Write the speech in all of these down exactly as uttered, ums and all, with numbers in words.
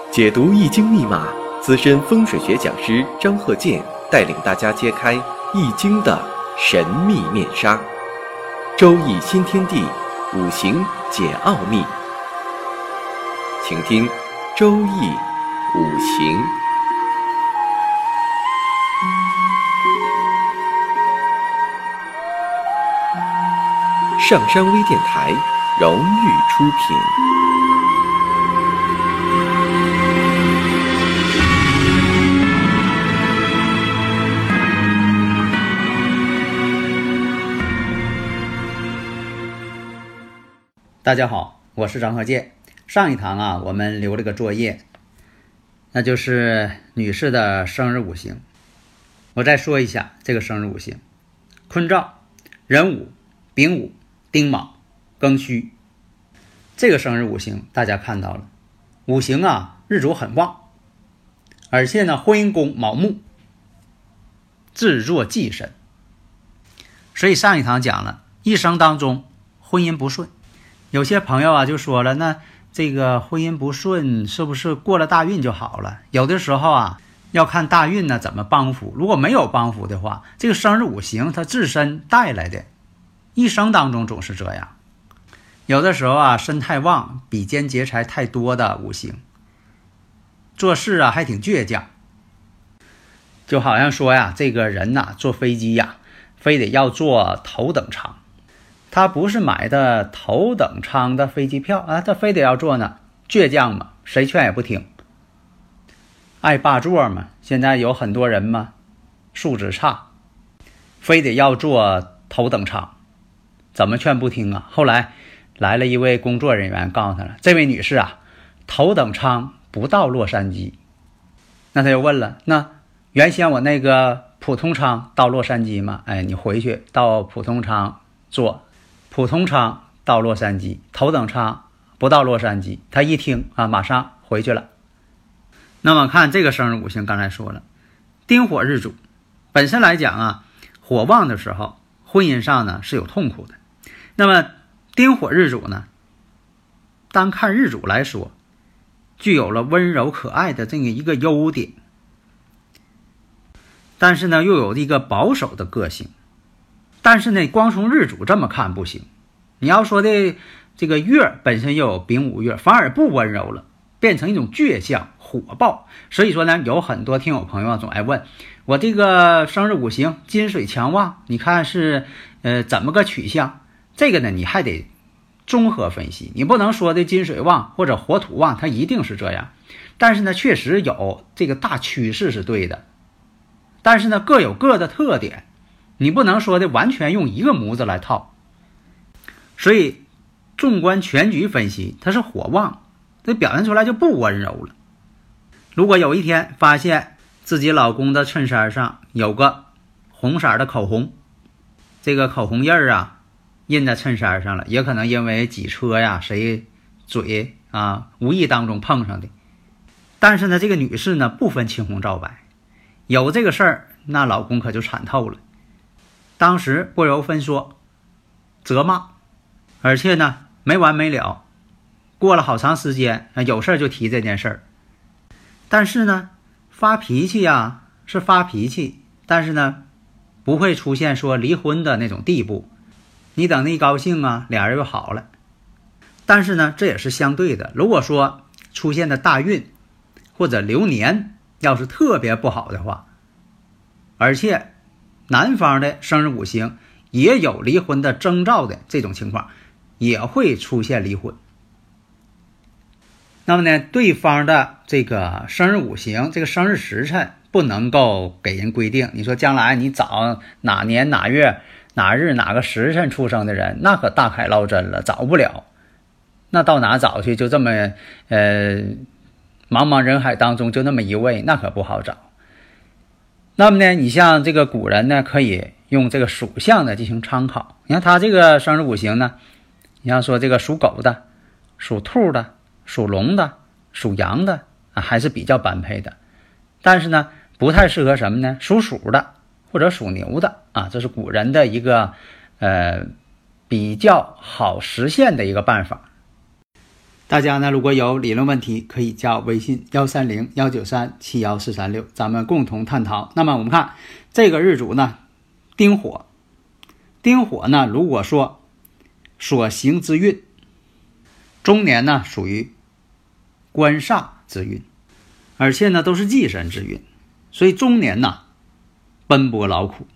解读易经密码，资深风水学讲师张鹤剑带领大家揭开易经的神秘面纱。周易新天地，五行解奥秘。请听周易五行。上山微电台荣誉出品。 大家好，我是张鹤剑。上一堂啊，我们留了个作业，那就是女士的生日五行。我再说一下这个生日五行：坤兆、壬午、丙午、丁卯、庚戌。这个生日五行大家看到了，五行啊日主很旺，而且呢婚姻宫卯木，自作忌神。所以上一堂讲了，一生当中婚姻不顺。有些朋友啊就说了，那这个婚姻不顺是不是过了大运就好了？有的时候啊要看大运呢怎么帮扶，如果没有帮扶的话，这个生日五行它自身带来的，一生当中总是这样。有的时候啊身太旺，比肩劫财太多的五行，做事啊还挺倔强。就好像说呀，这个人呐、啊、坐飞机呀非得要坐头等舱，他不是买的头等舱的飞机票啊，他非得要坐呢，倔强嘛，谁劝也不听，爱霸座嘛。现在有很多人嘛，素质差，非得要坐头等舱，怎么劝不听啊？后来来了一位工作人员告诉他了，这位女士啊，头等舱不到洛杉矶。那他就问了，那原先我那个普通舱到洛杉矶吗？哎，你回去到普通舱坐，普通舱到洛杉矶，头等舱不到洛杉矶。他一听啊，马上回去了。那么看这个生日五行，刚才说了，丁火日主，本身来讲啊，火旺的时候，婚姻上呢是有痛苦的。那么丁火日主呢，单看日主来说，具有了温柔可爱的这个一个优点，但是呢又有一个保守的个性。但是呢光从日主这么看不行，你要说的这个月本身又有丙午月，反而不温柔了，变成一种倔强火爆。所以说呢，有很多听友朋友总爱问我，这个生日五行金水强旺，你看是呃怎么个取向？这个呢你还得综合分析，你不能说的金水旺或者火土旺它一定是这样，但是呢确实有这个大趋势是对的，但是呢各有各的特点，你不能说的完全用一个模子来套。所以纵观全局分析，它是火旺，这表现出来就不温柔了。如果有一天发现自己老公的衬衫上有个红色的口红，这个口红印儿啊印在衬衫上了，也可能因为挤车呀，谁嘴啊无意当中碰上的。但是呢这个女士呢不分青红皂白，有这个事儿那老公可就惨透了，当时不由分说责骂，而且呢没完没了，过了好长时间有事就提这件事儿。但是呢发脾气呀是发脾气，但是呢不会出现说离婚的那种地步，你等那一高兴啊俩人又好了。但是呢这也是相对的，如果说出现的大运或者流年要是特别不好的话，而且男方的生日五行也有离婚的征兆的这种情况，也会出现离婚。那么呢对方的这个生日五行这个生日时辰不能够给人规定，你说将来你找哪年哪月哪日哪个时辰出生的人，那可大海捞针了，找不了。那到哪找去？就这么呃茫茫人海当中就那么一位，那可不好找。那么呢你像这个古人呢可以用这个属相的进行参考。你看他这个生日五行呢，你像说这个属狗的、属兔的、属龙的、属羊的啊，还是比较般配的。但是呢不太适合什么呢？属鼠的或者属牛的啊，这是古人的一个呃比较好实现的一个办法。 大家呢如果有理论问题，可以加微信幺三零幺九三七幺四三六，咱们共同探讨。那么我们看这个日主呢，丁火，丁火呢如果说所行之运，中年呢属于官煞之运，而且呢都是忌神之运，所以中年呢奔波劳苦，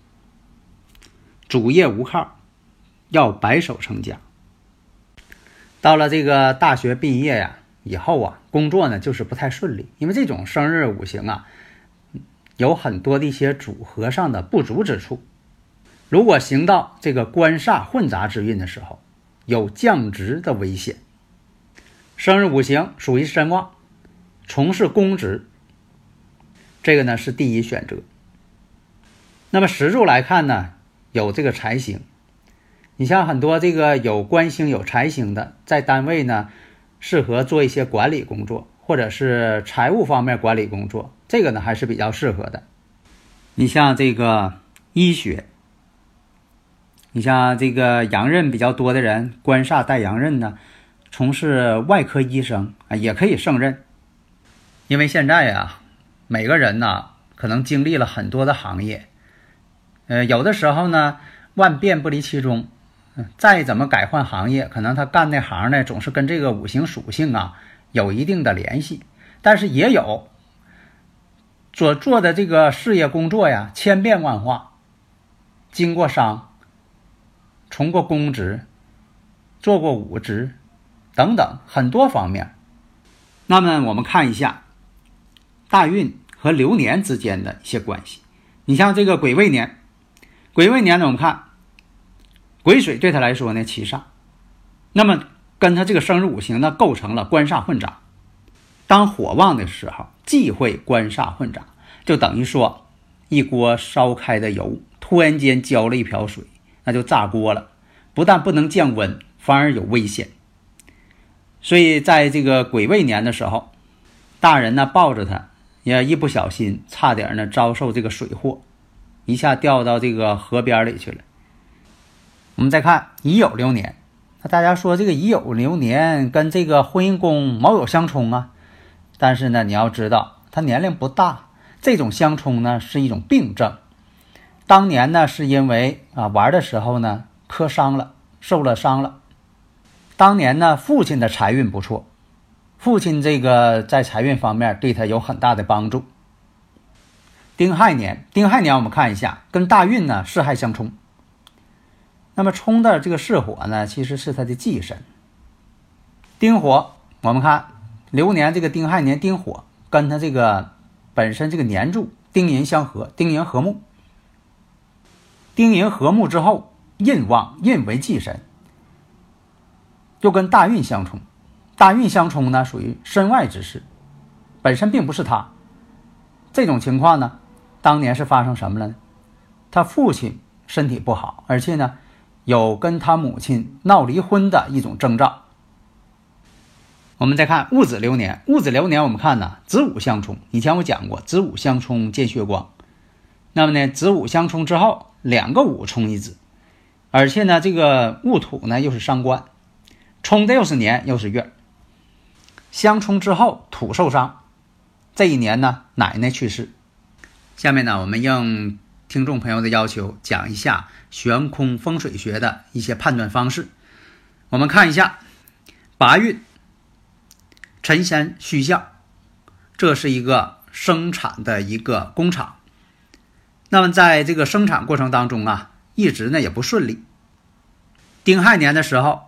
主业无靠，要白手成家。到了这个大学毕业呀以后啊，工作呢就是不太顺利，因为这种生日五行啊有很多的一些组合上的不足之处。如果行到这个官煞混杂之运的时候，有降职的危险。生日五行属于身旺，从事公职，这个呢是第一选择。那么时柱来看呢，有这个财星。你像很多这个有官星有财星的，在单位呢适合做一些管理工作，或者是财务方面管理工作，这个呢还是比较适合的。你像这个医学，你像这个阳刃比较多的人，官煞带阳刃呢，从事外科医生啊也可以胜任。因为现在啊每个人呢可能经历了很多的行业，呃有的时候呢万变不离其宗，再怎么改换行业，可能他干那行呢总是跟这个五行属性啊有一定的联系。但是也有所做的这个事业工作呀千变万化，经过商，从过公职，做过武职等等很多方面。那么我们看一下大运和流年之间的一些关系。你像这个癸未年，癸未年呢我们看癸水对他来说呢七煞，那么跟他这个生日五行呢构成了官煞混杂。当火旺的时候忌讳官煞混杂，就等于说一锅烧开的油突然间浇了一瓢水，那就炸锅了，不但不能降温，反而有危险。所以在这个癸未年的时候，大人呢抱着他也一不小心差点呢遭受这个水祸，一下掉到这个河边里去了。我们再看乙酉流年，那大家说这个乙酉流年跟这个婚姻宫卯酉相冲啊，但是呢你要知道他年龄不大，这种相冲呢是一种病症。当年呢是因为啊玩的时候呢磕伤了，受了伤了。当年呢父亲的财运不错，父亲这个在财运方面对他有很大的帮助。丁亥年，丁亥年我们看一下，跟大运呢巳亥相冲。那么冲的这个巳火呢其实是他的忌神。丁火我们看流年这个丁亥年丁火跟他这个本身这个年柱丁寅相合，丁寅合木。丁寅合木之后印旺，印为忌神，又跟大运相冲。大运相冲呢属于身外之事，本身并不是他。这种情况呢当年是发生什么了呢？他父亲身体不好，而且呢有跟他母亲闹离婚的一种征兆。我们再看戊子流年，戊子流年我们看呢子午相冲。以前我讲过子午相冲见血光，那么呢子午相冲之后两个午冲一子，而且呢这个戊土呢又是伤官，冲的又是年又是月，相冲之后土受伤。这一年呢奶奶去世。下面呢我们应听众朋友的要求讲一下悬空风水学的一些判断方式。我们看一下八运辰申戌相，这是一个生产的一个工厂。那么在这个生产过程当中啊一直呢也不顺利。丁亥年的时候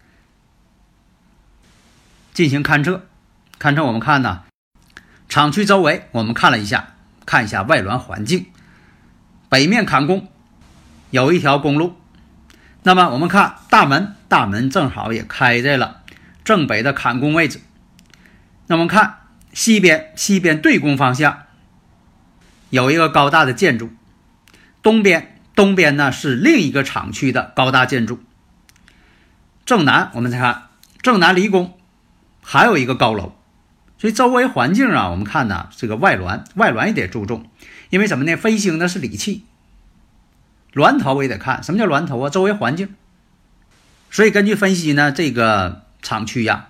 进行勘测，勘测我们看呢厂区周围我们看了一下，看一下外环环境，北面坎宫有一条公路。那么我们看大门，大门正好也开在了正北的坎宫位置。那么看西边，西边对宫方向有一个高大的建筑，东边东边呢是另一个厂区的高大建筑。正南我们再看正南离宫还有一个高楼。所以周围环境啊我们看呢这个外峦，外峦也得注重。因为什么呢？飞星呢是理气，峦头也得看。什么叫峦头啊？周围环境。所以根据分析呢，这个厂区呀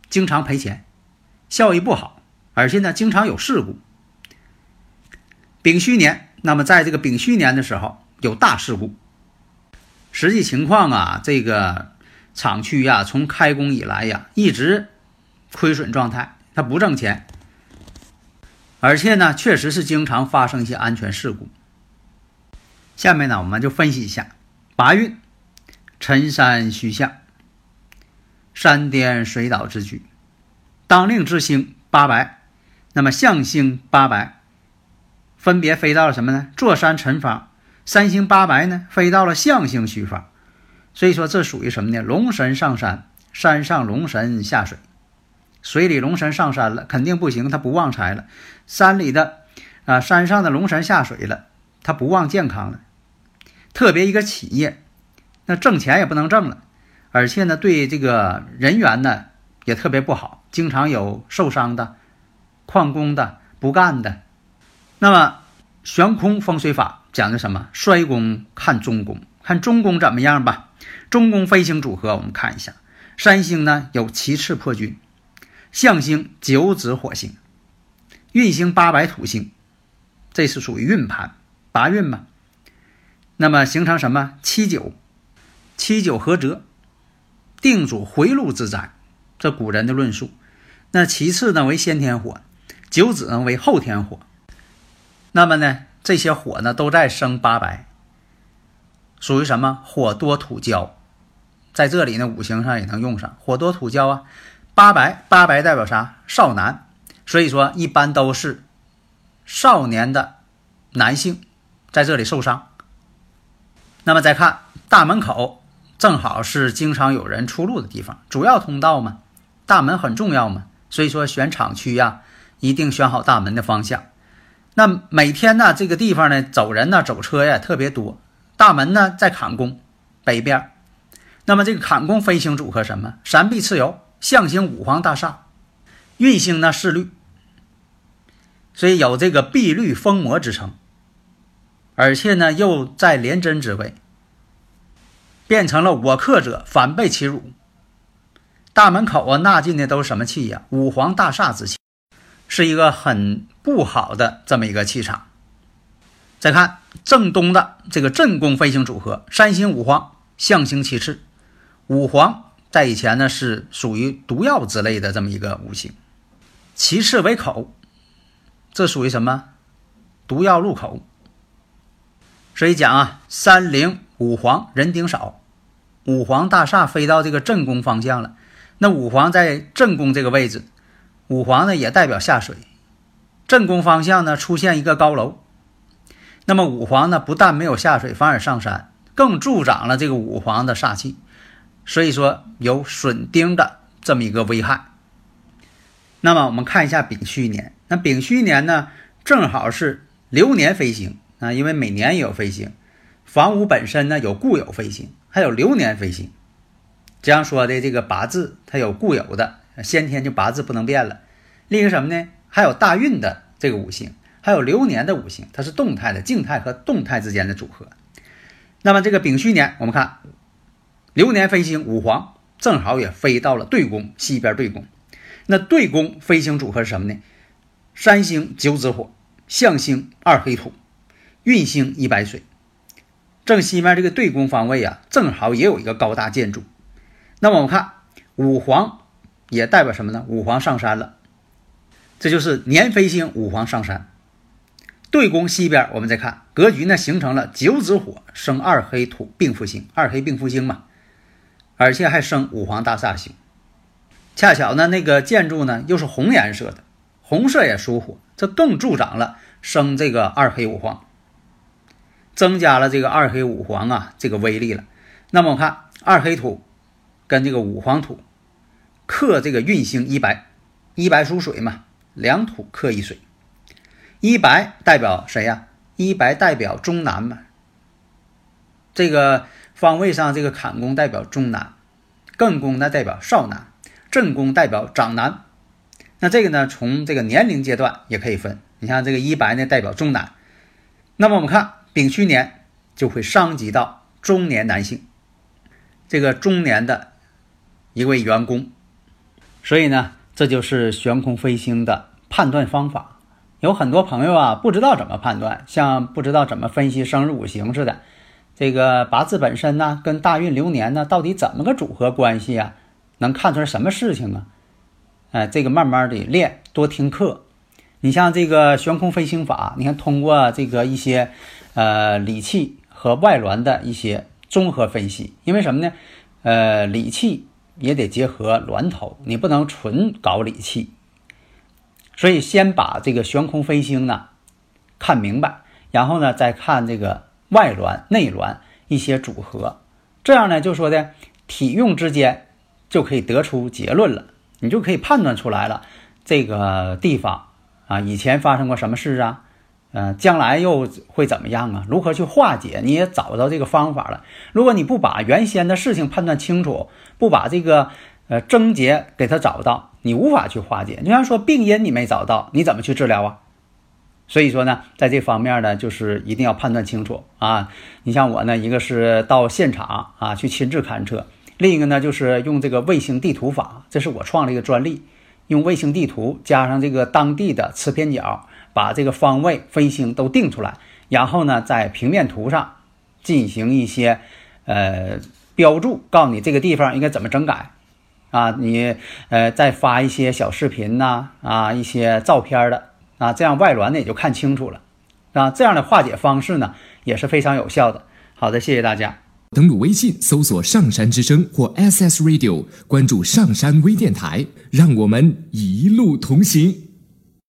经常赔钱，效益不好，而且呢经常有事故。丙戌年，那么在这个丙戌年的时候有大事故。实际情况啊，这个厂区呀、啊、从开工以来呀一直亏损状态，它不挣钱，而且呢确实是经常发生一些安全事故。下面呢我们就分析一下八运：辰山戌相，山巅水岛之局，当令之星八白，那么象星八白分别飞到了什么呢？坐山辰方。三星八白呢飞到了象星戌方，所以说这属于什么呢？龙神上山，山上龙神下水，水里龙神上山了肯定不行，他不旺财了；山里的啊山上的龙神下水了，他不旺健康了。特别一个企业，那挣钱也不能挣了，而且呢对这个人员呢也特别不好，经常有受伤的、旷工的、不干的。那么悬空风水法讲的什么？衰宫看中宫，看中宫怎么样吧。中宫飞星组合我们看一下，山星呢有其次破军，象星九子火星，运星八白土星，这是属于运盘八运嘛。那么形成什么？七九七九合折，定主回路之灾，这古人的论述。那其次呢为先天火，九子呢为后天火。那么呢这些火呢都在生八白，属于什么？火多土焦。在这里呢五行上也能用上火多土焦啊。八白八白代表啥？少男，所以说一般都是少年的男性在这里受伤。那么再看大门口，正好是经常有人出入的地方，主要通道嘛，大门很重要嘛，所以说选厂区呀一定选好大门的方向。那每天呢这个地方呢走人呢走车呀特别多，大门呢在坎宫北边。那么这个坎宫飞星组合什么？山壁蚩尤，象星五黄大厦，运星呢是绿，所以有这个碧绿封魔之称，而且呢又在廉贞之位，变成了我克者反被其辱。大门口啊纳进的都是什么气呀？五黄大厦之气，是一个很不好的这么一个气场。再看正东的这个震宫飞星组合，山星五黄，象星其次。五黄在以前呢是属于毒药之类的这么一个五行，其次为口，这属于什么？毒药入口。所以讲啊，三零五黄人丁少，五黄大厦飞到这个震宫方向了。那五黄在震宫这个位置，五黄呢也代表下水，震宫方向呢出现一个高楼，那么五黄呢不但没有下水，反而上山，更助长了这个五黄的煞气，所以说有损丁的这么一个危害。那么我们看一下丙戌年，那丙戌年呢正好是流年飞星啊，因为每年也有飞星，房屋本身呢有固有飞星，还有流年飞星。这样说的这个八字它有固有的，先天就八字不能变了。另一个什么呢？还有大运的这个五行，还有流年的五行，它是动态的，静态和动态之间的组合。那么这个丙戌年我们看流年飞星五黄正好也飞到了对宫西边对宫。那对宫飞星组合是什么呢？山星九子火，象星二黑土，运星一白水。正西面这个对宫方位啊正好也有一个高大建筑。那么我们看五黄也代表什么呢？五黄上山了，这就是年飞星五黄上山。对宫西边我们再看格局呢形成了九子火生二黑土并复星，二黑并复星嘛，而且还生五黄大煞星。恰巧呢那个建筑呢又是红颜色的，红色也属火，这更助长了生这个二黑五黄，增加了这个二黑五黄啊这个威力了。那么我看二黑土跟这个五黄土克这个运星一白，一白属水嘛，两土克一水。一白代表谁呀？一白代表中男嘛，这个方位上这个坎宫代表中男，艮宫呢代表少男，震宫代表长男。那这个呢从这个年龄阶段也可以分，你看这个一白呢代表中男，那么我们看丙戌年就会伤及到中年男性，这个中年的一位员工。 所以呢，这就是悬空飞星的判断方法。有很多朋友啊，不知道怎么判断，像不知道怎么分析生日五行似的，这个八字本身呢，跟大运流年呢，到底怎么个组合关系啊？能看出来什么事情啊？哎、呃，这个慢慢的练，多听课。你像这个悬空飞星法，你看通过这个一些呃理气和外挛的一些综合分析，因为什么呢？呃，理气也得结合峦头，你不能纯搞理气。所以先把这个悬空飞星呢看明白，然后呢再看这个外挛内挛一些组合，这样呢就说的体用之间就可以得出结论了，你就可以判断出来了这个地方啊以前发生过什么事啊，呃将来又会怎么样啊，如何去化解，你也找到这个方法了。如果你不把原先的事情判断清楚，不把这个呃症结给它找到，你无法去化解。就像说病因你没找到，你怎么去治疗啊？所以说呢，在这方面呢，就是一定要判断清楚啊。你像我呢，一个是到现场啊去亲自勘测，另一个呢就是用这个卫星地图法，这是我创了一个专利，用卫星地图加上这个当地的磁偏角，把这个方位飞星都定出来，然后呢在平面图上进行一些呃标注，告诉你这个地方应该怎么整改啊，你呃再发一些小视频呐 啊, 啊一些照片的啊，这样外挛呢也就看清楚了啊，这样的化解方式呢也是非常有效的。好的，谢谢大家。 登录微信搜索上山之声或 S S Radio， 关注上山微电台，让我们一路同行。